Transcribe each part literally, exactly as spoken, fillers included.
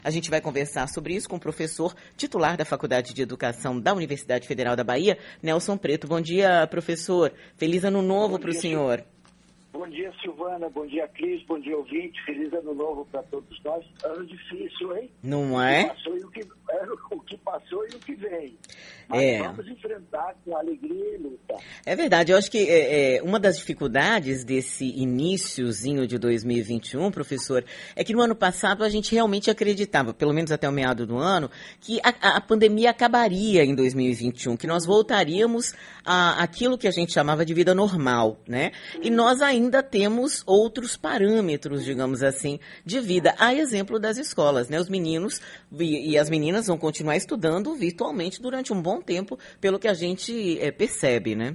A gente vai conversar sobre isso com o professor titular da Faculdade de Educação da Universidade Federal da Bahia, Nelson Preto. Bom dia, professor. Feliz ano novo para o senhor. Bom dia, Silvana. Bom dia, Cris. Bom dia, ouvinte. Feliz ano novo para todos nós. Ano difícil, hein? Não é? O que passou e o que, é, o que, passou e o que vem. Mas é. vamos enfrentar com alegria e luta. É verdade. Eu acho que é, é, uma das dificuldades desse iniciozinho de dois mil e vinte e um, professor, é que no ano passado a gente realmente acreditava, pelo menos até o meado do ano, que a, a pandemia acabaria em dois mil e vinte e um, que nós voltaríamos a aquilo que a gente chamava de vida normal, né? E nós ainda ainda temos outros parâmetros, digamos assim, de vida, a exemplo das escolas, né? Os meninos e, e as meninas vão continuar estudando virtualmente durante um bom tempo, pelo que a gente é, percebe, né?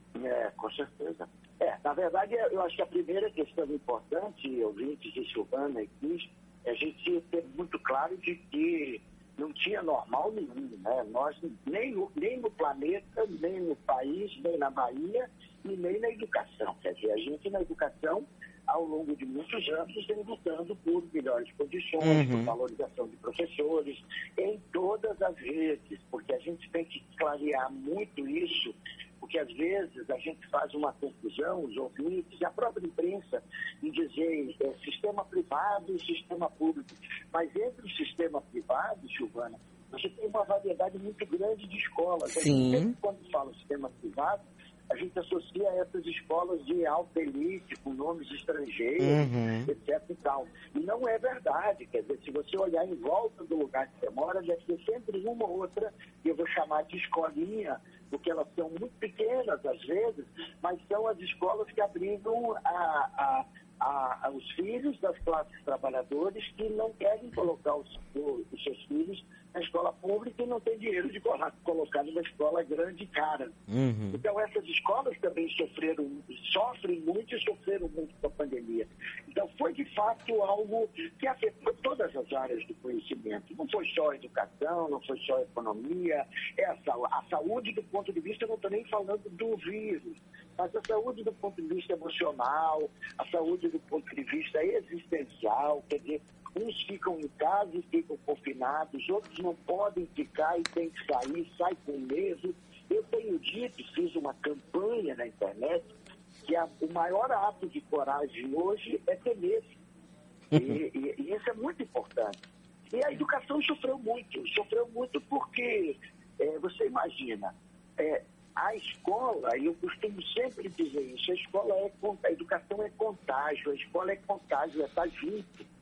É, com certeza. É, na verdade, eu acho que a primeira questão importante, ouvintes de Silvana e Cris, é a gente ter muito claro de que não tinha normal nenhum, né? Nós, nem no, nem no planeta, nem no país, nem na Bahia, e nem na educação. Quer dizer, a gente na educação, ao longo de muitos anos, vem lutando por melhores condições, uhum. por valorização de professores, em todas as redes, porque a gente tem que clarear muito isso, porque às vezes a gente faz uma confusão, os ouvintes, e a própria imprensa, em dizer é, sistema privado e sistema público. Mas entre o sistema privado, Silvana, você tem uma variedade muito grande de escolas. Sim. A gente, quando fala sistema privado, a gente associa essas escolas de alta elite, com nomes estrangeiros, uhum. etc e tal. E não é verdade. Quer dizer, se você olhar em volta do lugar que você mora, deve ter sempre uma ou outra, que eu vou chamar de escolinha, porque elas são muito pequenas às vezes, mas são as escolas que abrigam a, a, a, a, os filhos das classes trabalhadoras que não querem colocar os, os seus filhos na escola pública e não tem dinheiro de colocar numa escola grande e cara. Uhum. Então essas escolas também sofreram, sofrem muito e sofreram muito com a pandemia. Então foi de fato algo que afetou todas as áreas do conhecimento. Não foi só a educação, não foi só a economia, é a, a saúde do ponto de vista, eu não estou nem falando do vírus, mas a saúde do ponto de vista emocional, a saúde do ponto de vista existencial, quer dizer, uns ficam em casa e ficam confinados, outros não podem ficar e têm que sair, sai com medo. Eu tenho dito, fiz uma campanha na internet, que a, o maior ato de coragem hoje é ter medo. E, e, e isso é muito importante. E a educação sofreu muito, sofreu muito porque, é, você imagina, é, a escola, e eu costumo sempre dizer isso, a escola é, a educação é contágio, a escola é contágio, é estar junto.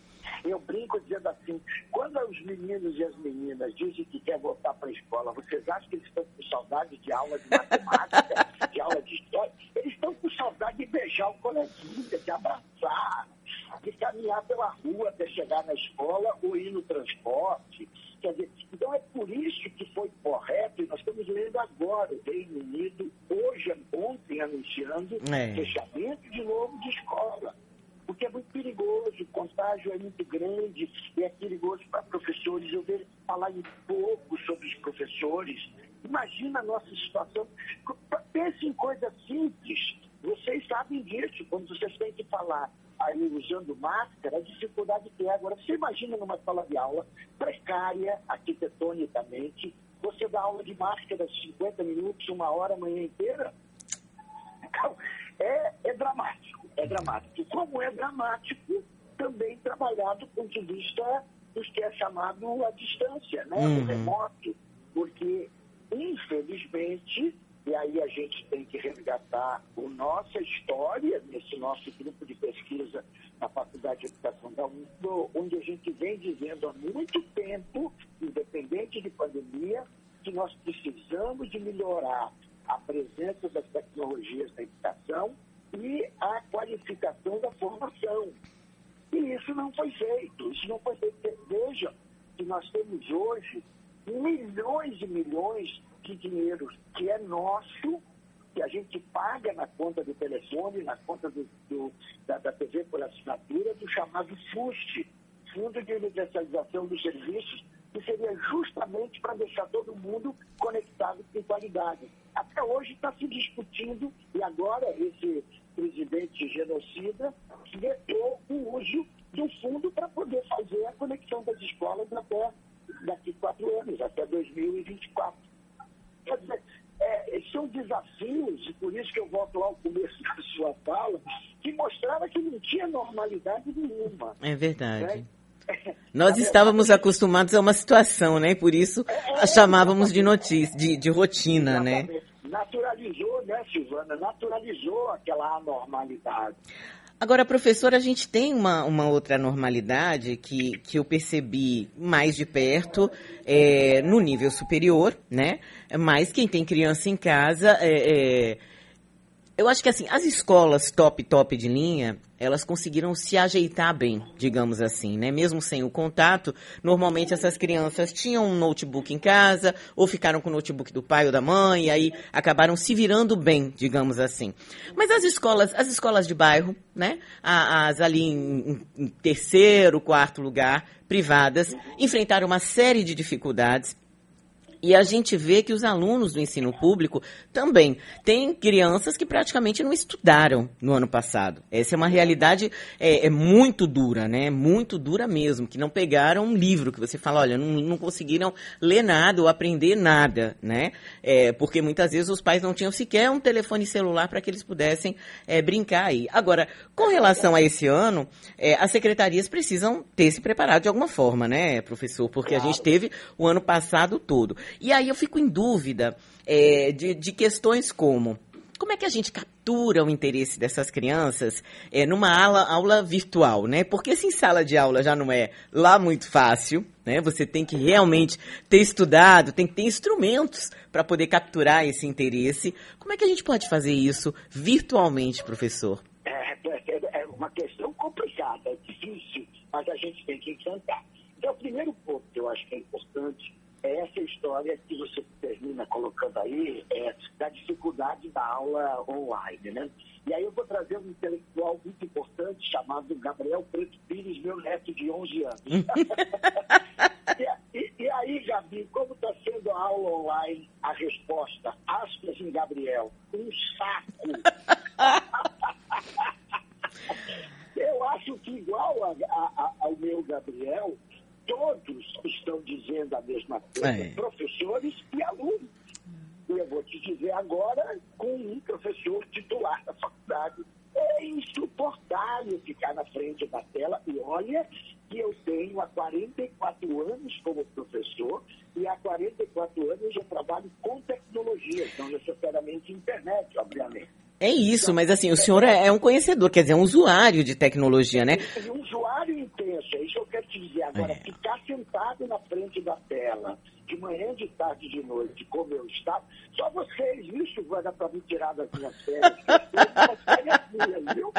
Eu brinco dizendo assim, quando os meninos e as meninas dizem que quer voltar para a escola, vocês acham que eles estão com saudade de aula de matemática, de aula de história? Eles estão com saudade de beijar o coleguinha, de abraçar, de caminhar pela rua até chegar na escola ou ir no transporte. Quer dizer, então é por isso que foi correto, e nós estamos lendo agora o Reino Unido, hoje, ontem, anunciando é. fechamento de novo de escola. Porque é muito perigoso, o contágio é muito grande e é perigoso para professores. Eu vejo falar em pouco sobre os professores. Imagina a nossa situação. Pense em coisas simples. Vocês sabem disso, quando vocês têm que falar aí usando máscara, a dificuldade que é. Agora, você imagina numa sala de aula precária, arquitetonicamente, você dá aula de máscara cinquenta minutos, uma hora, a manhã inteira? Então, é, é dramático. É dramático. Como é dramático também trabalhar do ponto de vista dos que é chamado à distância, né? Uhum. O remoto, porque, infelizmente, e aí a gente tem que resgatar a nossa história nesse nosso grupo de pesquisa na Faculdade de Educação da U F B A, onde a gente vem dizendo há muito tempo, independente de pandemia, que nós precisamos de melhorar a presença das tecnologias na educação e a qualificação da formação. E isso não foi feito. Isso não foi feito. Veja que nós temos hoje milhões e milhões de dinheiro que é nosso, que a gente paga na conta do telefone, na conta do, do, da, da T V por assinatura, do chamado FUST, Fundo de Universalização dos Serviços, que seria justamente para deixar todo mundo conectado com qualidade. Até hoje está se discutindo, e agora esse presidente genocida vetou o uso do fundo para poder fazer a conexão das escolas até daqui a quatro anos, até dois mil e vinte e quatro. Quer dizer, é, são desafios, e por isso que eu volto lá ao começo da sua fala, que mostrava que não tinha normalidade nenhuma. É verdade. Né? Nós estávamos acostumados a uma situação, né? Por isso a chamávamos de notícia, de, de rotina, Exatamente. né? Naturalizou, né, Silvana? Naturalizou aquela anormalidade. Agora, professor, a gente tem uma, uma outra normalidade que, que eu percebi mais de perto, é, no nível superior, né? Mas quem tem criança em casa, é, é, eu acho que assim, as escolas top, top de linha, elas conseguiram se ajeitar bem, digamos assim, né? Mesmo sem o contato, normalmente essas crianças tinham um notebook em casa, ou ficaram com o notebook do pai ou da mãe, e aí acabaram se virando bem, digamos assim. Mas as escolas, as escolas de bairro, né? As ali em, em terceiro, quarto lugar, privadas, enfrentaram uma série de dificuldades. E a gente vê que os alunos do ensino público também têm crianças que praticamente não estudaram no ano passado. Essa é uma realidade é, é muito dura, né? Muito dura mesmo, que não pegaram um livro, que você fala, olha, não, não conseguiram ler nada ou aprender nada, né? É, porque muitas vezes os pais não tinham sequer um telefone celular para que eles pudessem é, brincar aí. Agora, com relação a esse ano, é, as secretarias precisam ter se preparado de alguma forma, né, professor? Porque a gente teve o ano passado todo. E aí eu fico em dúvida é, de, de questões como, como é que a gente captura o interesse dessas crianças é, numa aula, aula virtual, né? Porque se em sala de aula já não é lá muito fácil, né? Você tem que realmente ter estudado, tem que ter instrumentos para poder capturar esse interesse. Como é que a gente pode fazer isso virtualmente, professor? É, é, é uma questão complicada, é difícil, mas a gente tem que enfrentar. Então, o primeiro ponto que eu acho que é importante é essa história que você termina colocando aí, é, da dificuldade da aula online, né? E aí eu vou trazer um intelectual muito importante chamado Gabriel Preto Pires, meu neto de onze anos. e, e, e aí, Gabi, como está sendo a aula online? A resposta, aspas em Gabriel, um saco. Eu acho que igual a, a, ao meu Gabriel, todos estão dizendo a mesma coisa, é. Professores e alunos. E eu vou te dizer agora, com um professor titular da faculdade, é insuportável ficar na frente da tela. E olha que eu tenho há quarenta e quatro anos como professor, e há quarenta e quatro anos eu trabalho com tecnologia, não necessariamente internet, obviamente. É isso, mas assim, o senhor é um conhecedor, quer dizer, é um usuário de tecnologia, né? É um usuário intenso, é isso que eu quero te dizer. Agora, é. Ficar sentado na frente da tela, de manhã, de tarde, de noite, como eu estava, só vocês, isso vai dar para me tirar das minhas férias, férias viu?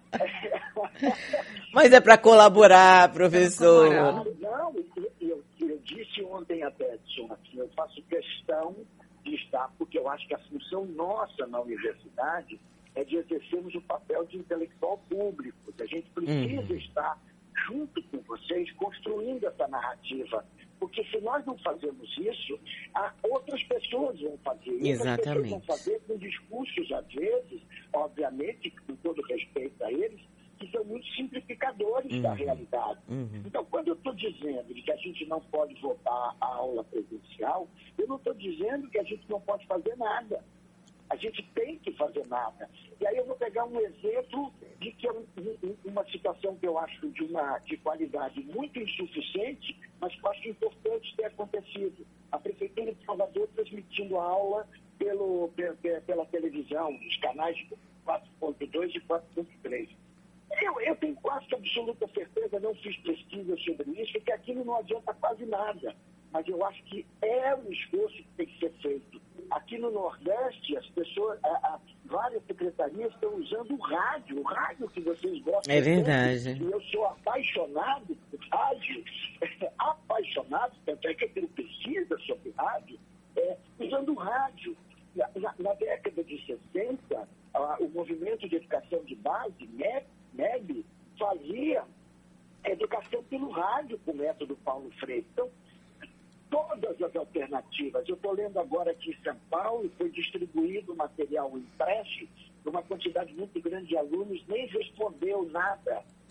Mas é para colaborar, professor. Não, não eu, eu, eu disse ontem até, assim, eu faço questão de estar, porque eu acho que a função nossa na universidade é de exercermos o papel de intelectual público. A gente precisa uhum. estar junto com vocês construindo essa narrativa, porque se nós não fazemos isso, outras pessoas vão fazer. E Exatamente. Outras pessoas vão fazer com discursos, às vezes, obviamente, com todo respeito a eles, que são muito simplificadores uhum. da realidade. Uhum. Então, quando eu estou dizendo que a gente não pode voltar à aula presencial, eu não estou dizendo que a gente não pode fazer nada. A gente tem que fazer nada. E aí eu vou pegar um exemplo de que é uma situação que eu acho de uma de qualidade muito insuficiente, mas que eu acho importante ter acontecido. A Prefeitura de Salvador transmitindo a aula pelo, pela televisão, os canais quatro ponto dois e quatro ponto três. Eu, eu tenho quase absoluta certeza, não fiz pesquisa sobre isso, que aquilo não adianta quase nada. Mas eu acho que é um esforço que tem que ser feito. Aqui no Nordeste, as pessoas, a, a, várias secretarias estão usando o rádio, o rádio que vocês gostam. É verdade. E eu sou apaixonado por rádio, apaixonado, tanto é que eu tenho pesquisa sobre rádio, é, usando o rádio. Na, na, na década de sessenta, a, o movimento de educação de base, M E B, fazia educação pelo rádio com o método Paulo Freire. Então, todas as alternativas. Eu estou lendo agora aqui em São Paulo, foi distribuído material impresso, uma quantidade muito grande de alunos nem respondeu nada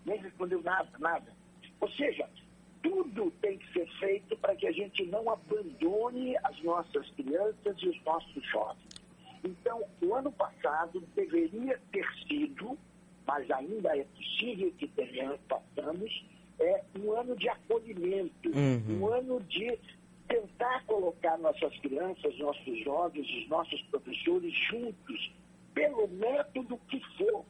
nem respondeu nada, nada. Ou seja, tudo tem que ser feito para que a gente não abandone as nossas crianças e os nossos jovens. Então, o ano passado deveria ter sido, mas ainda é possível que tenhamos, passamos, é um ano de acolhimento, uhum. um ano de tentar colocar nossas crianças, nossos jovens, os nossos professores juntos, pelo método que for,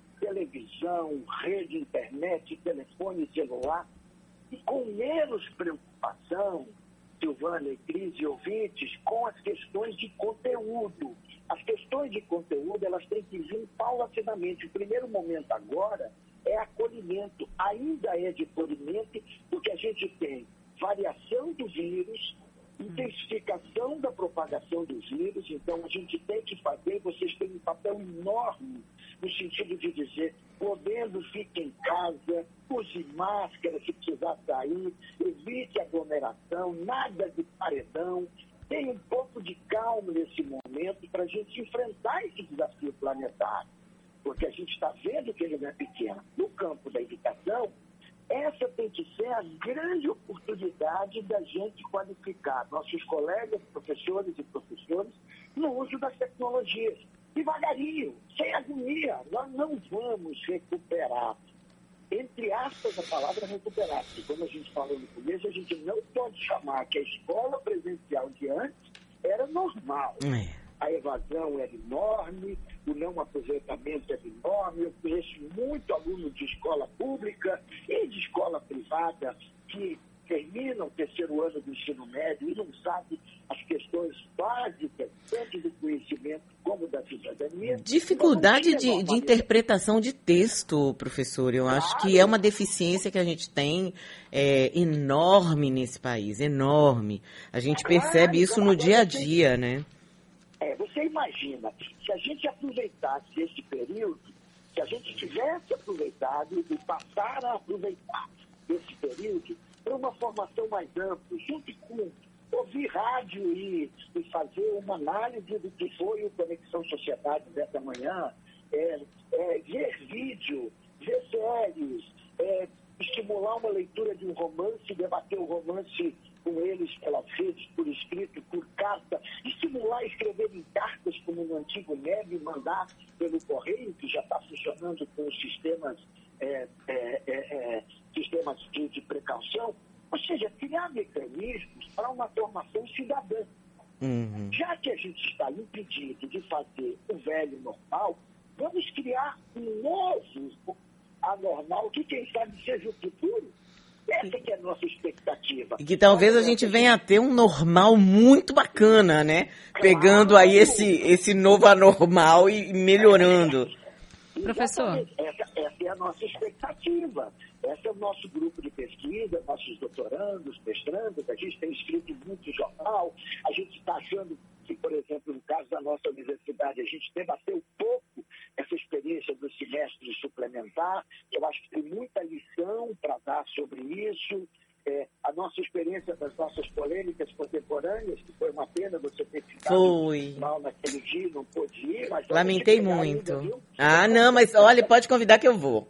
televisão, rede, internet, telefone, celular, e com menos preocupação, Silvana e Cris e ouvintes, com as questões de conteúdo. As questões de conteúdo, elas têm que vir paulatinamente. O primeiro momento agora é acolhimento, ainda é de acolhimento, porque a gente tem variação do vírus, intensificação da propagação dos vírus, então a gente tem que fazer, vocês têm um papel enorme no sentido de dizer, podendo, fique em casa, use máscara se precisar sair, evite aglomeração, nada de paredão, tenha um pouco de calma nesse momento para a gente enfrentar esse desafio planetário, porque a gente está vendo que ele não é pequeno. No campo da educação, essa tem que ser a grande oportunidade da gente qualificar nossos colegas, professores e professores, no uso das tecnologias. Devagarinho, sem agonia, nós não vamos recuperar. Entre aspas, a palavra recuperar, porque como a gente falou no começo, a gente não pode chamar que a escola presencial de antes era normal. É. A evasão era enorme, o não aproveitamento era enorme. Eu conheço muito aluno de escola pública e de escola privada que terminam o terceiro ano do ensino médio e não sabem as questões básicas, tanto do conhecimento como da cidadania. Dificuldade de, de interpretação de texto, professor. Eu claro. acho que é uma deficiência que a gente tem é, enorme nesse país, enorme. A gente claro, percebe isso claro, no dia a dia, né? É, você imagina, se a gente aproveitasse esse período, se a gente tivesse aproveitado e passar a aproveitar esse período para uma formação mais ampla, junto com ouvir rádio e, e fazer uma análise do que foi o Conexão Sociedade dessa manhã, é, é, ver vídeo, ver séries, é, estimular uma leitura de um romance, debater o romance com eles pelas redes, por escrito, por carta, estimular a escrever em cartas como no antigo M E B, mandar pelo correio, que já está funcionando com os sistemas, é, é, é, é, sistemas de, de precaução, ou seja, criar mecanismos para uma formação cidadã. Uhum. Já que a gente está impedido de fazer o velho normal, vamos criar um novo anormal que, quem sabe, seja o futuro. Essa que é a nossa expectativa. E que talvez a gente venha a ter um normal muito bacana, né? Claro. Pegando aí esse, esse novo anormal e melhorando. É, Professor. Essa, essa é a nossa expectativa. Esse é o nosso grupo de pesquisa, nossos doutorandos, mestrandos. A gente tem escrito muito jornal. A gente está achando que, por exemplo, no caso da nossa universidade, a gente debateu pouco essa experiência do semestre suplementar. Eu acho que tem muita lição para dar sobre isso. É, a nossa experiência das nossas polêmicas contemporâneas, que foi uma pena você ter ficado foi. mal naquele dia, não pôde ir. Mas lamentei muito. Ainda, ah, não, mas olha, pode convidar que eu vou.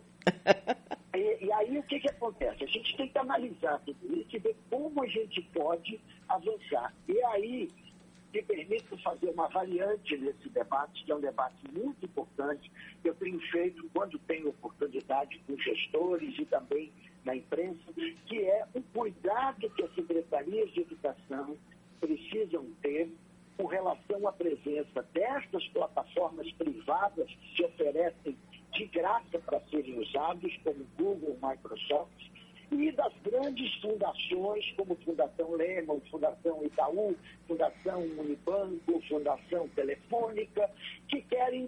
E, e aí o que, que acontece? A gente tem que analisar tudo isso e ver como a gente pode avançar. E aí, me permito fazer uma variante nesse debate, que é um debate muito importante, que eu tenho feito quando tenho oportunidade com gestores e também na imprensa, que é o cuidado que as secretarias de educação precisam ter com relação à presença destas plataformas privadas que se oferecem de graça para serem usados, como Google, Microsoft, e das grandes fundações, como Fundação Lehman, Fundação Itaú, Fundação Unibanco, Fundação Telefônica, que querem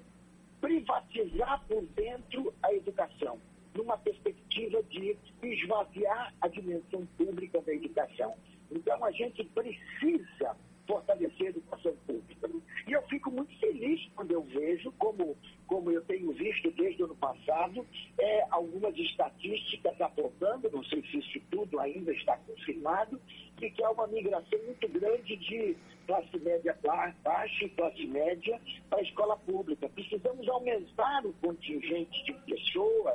privatizar por dentro a educação, numa perspectiva de esvaziar a dimensão pública da educação. Então, a gente precisa fortalecer a educação pública. E eu fico muito feliz quando eu vejo, como, como eu tenho visto desde o ano passado, é, algumas estatísticas apontando, não sei se isso tudo ainda está confirmado, de que há uma migração muito grande de classe média baixa e classe média para a escola pública. Precisamos aumentar o contingente de pessoas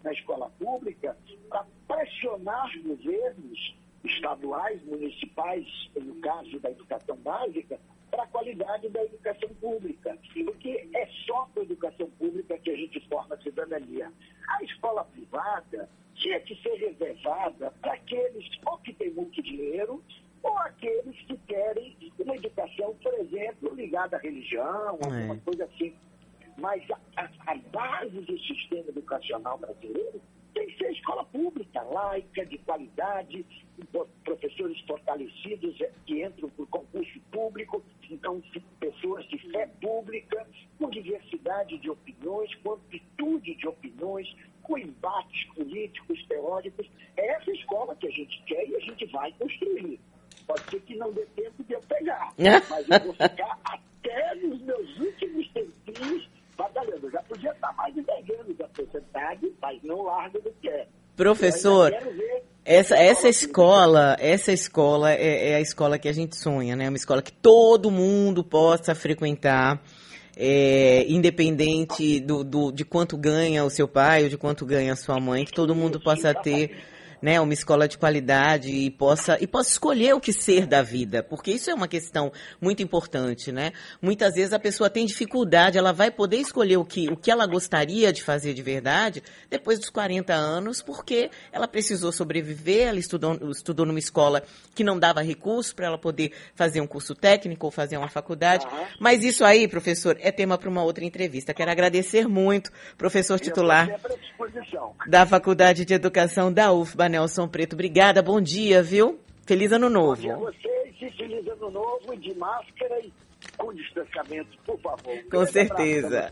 na escola pública para pressionar governos estaduais, municipais, no caso da educação básica, para a qualidade da educação pública. Porque é só com a educação pública que a gente forma a cidadania. A escola privada tinha que ser reservada para aqueles ou que têm muito dinheiro ou aqueles que querem uma educação, por exemplo, ligada à religião, alguma é. coisa assim. Mas a, a, a base do sistema educacional brasileiro tem que ser a escola pública, laica, de qualidade, professores fortalecidos que entram por concurso público, então pessoas de fé pública, com diversidade de opiniões, com amplitude de opiniões, com embates políticos, teóricos. É essa escola que a gente quer e a gente vai construir. Pode ser que não dê tempo de eu pegar, mas eu vou ficar até nos meus últimos tempinhos batalhando. Eu já podia estar mais de dez anos aposentado, mas não largo do que é. Professor, essa, essa escola, essa escola é, é a escola que a gente sonha, né? Uma escola que todo mundo possa frequentar, é, independente do, do, de quanto ganha o seu pai ou de quanto ganha a sua mãe, que todo mundo possa ter, né, uma escola de qualidade e possa, e possa escolher o que ser da vida, porque isso é uma questão muito importante, né? Muitas vezes a pessoa tem dificuldade, ela vai poder escolher o que, o que ela gostaria de fazer de verdade depois dos quarenta anos, porque ela precisou sobreviver, ela estudou, estudou numa escola que não dava recursos para ela poder fazer um curso técnico ou fazer uma faculdade. Uhum. Mas isso aí, professor, é tema para uma outra entrevista. Quero agradecer muito, professor titular da Faculdade de Educação da U F B A, Nelson Preto. Obrigada, bom dia, viu? Feliz ano novo. Bom dia a vocês e feliz ano novo, de máscara e com distanciamento, por favor. Com certeza.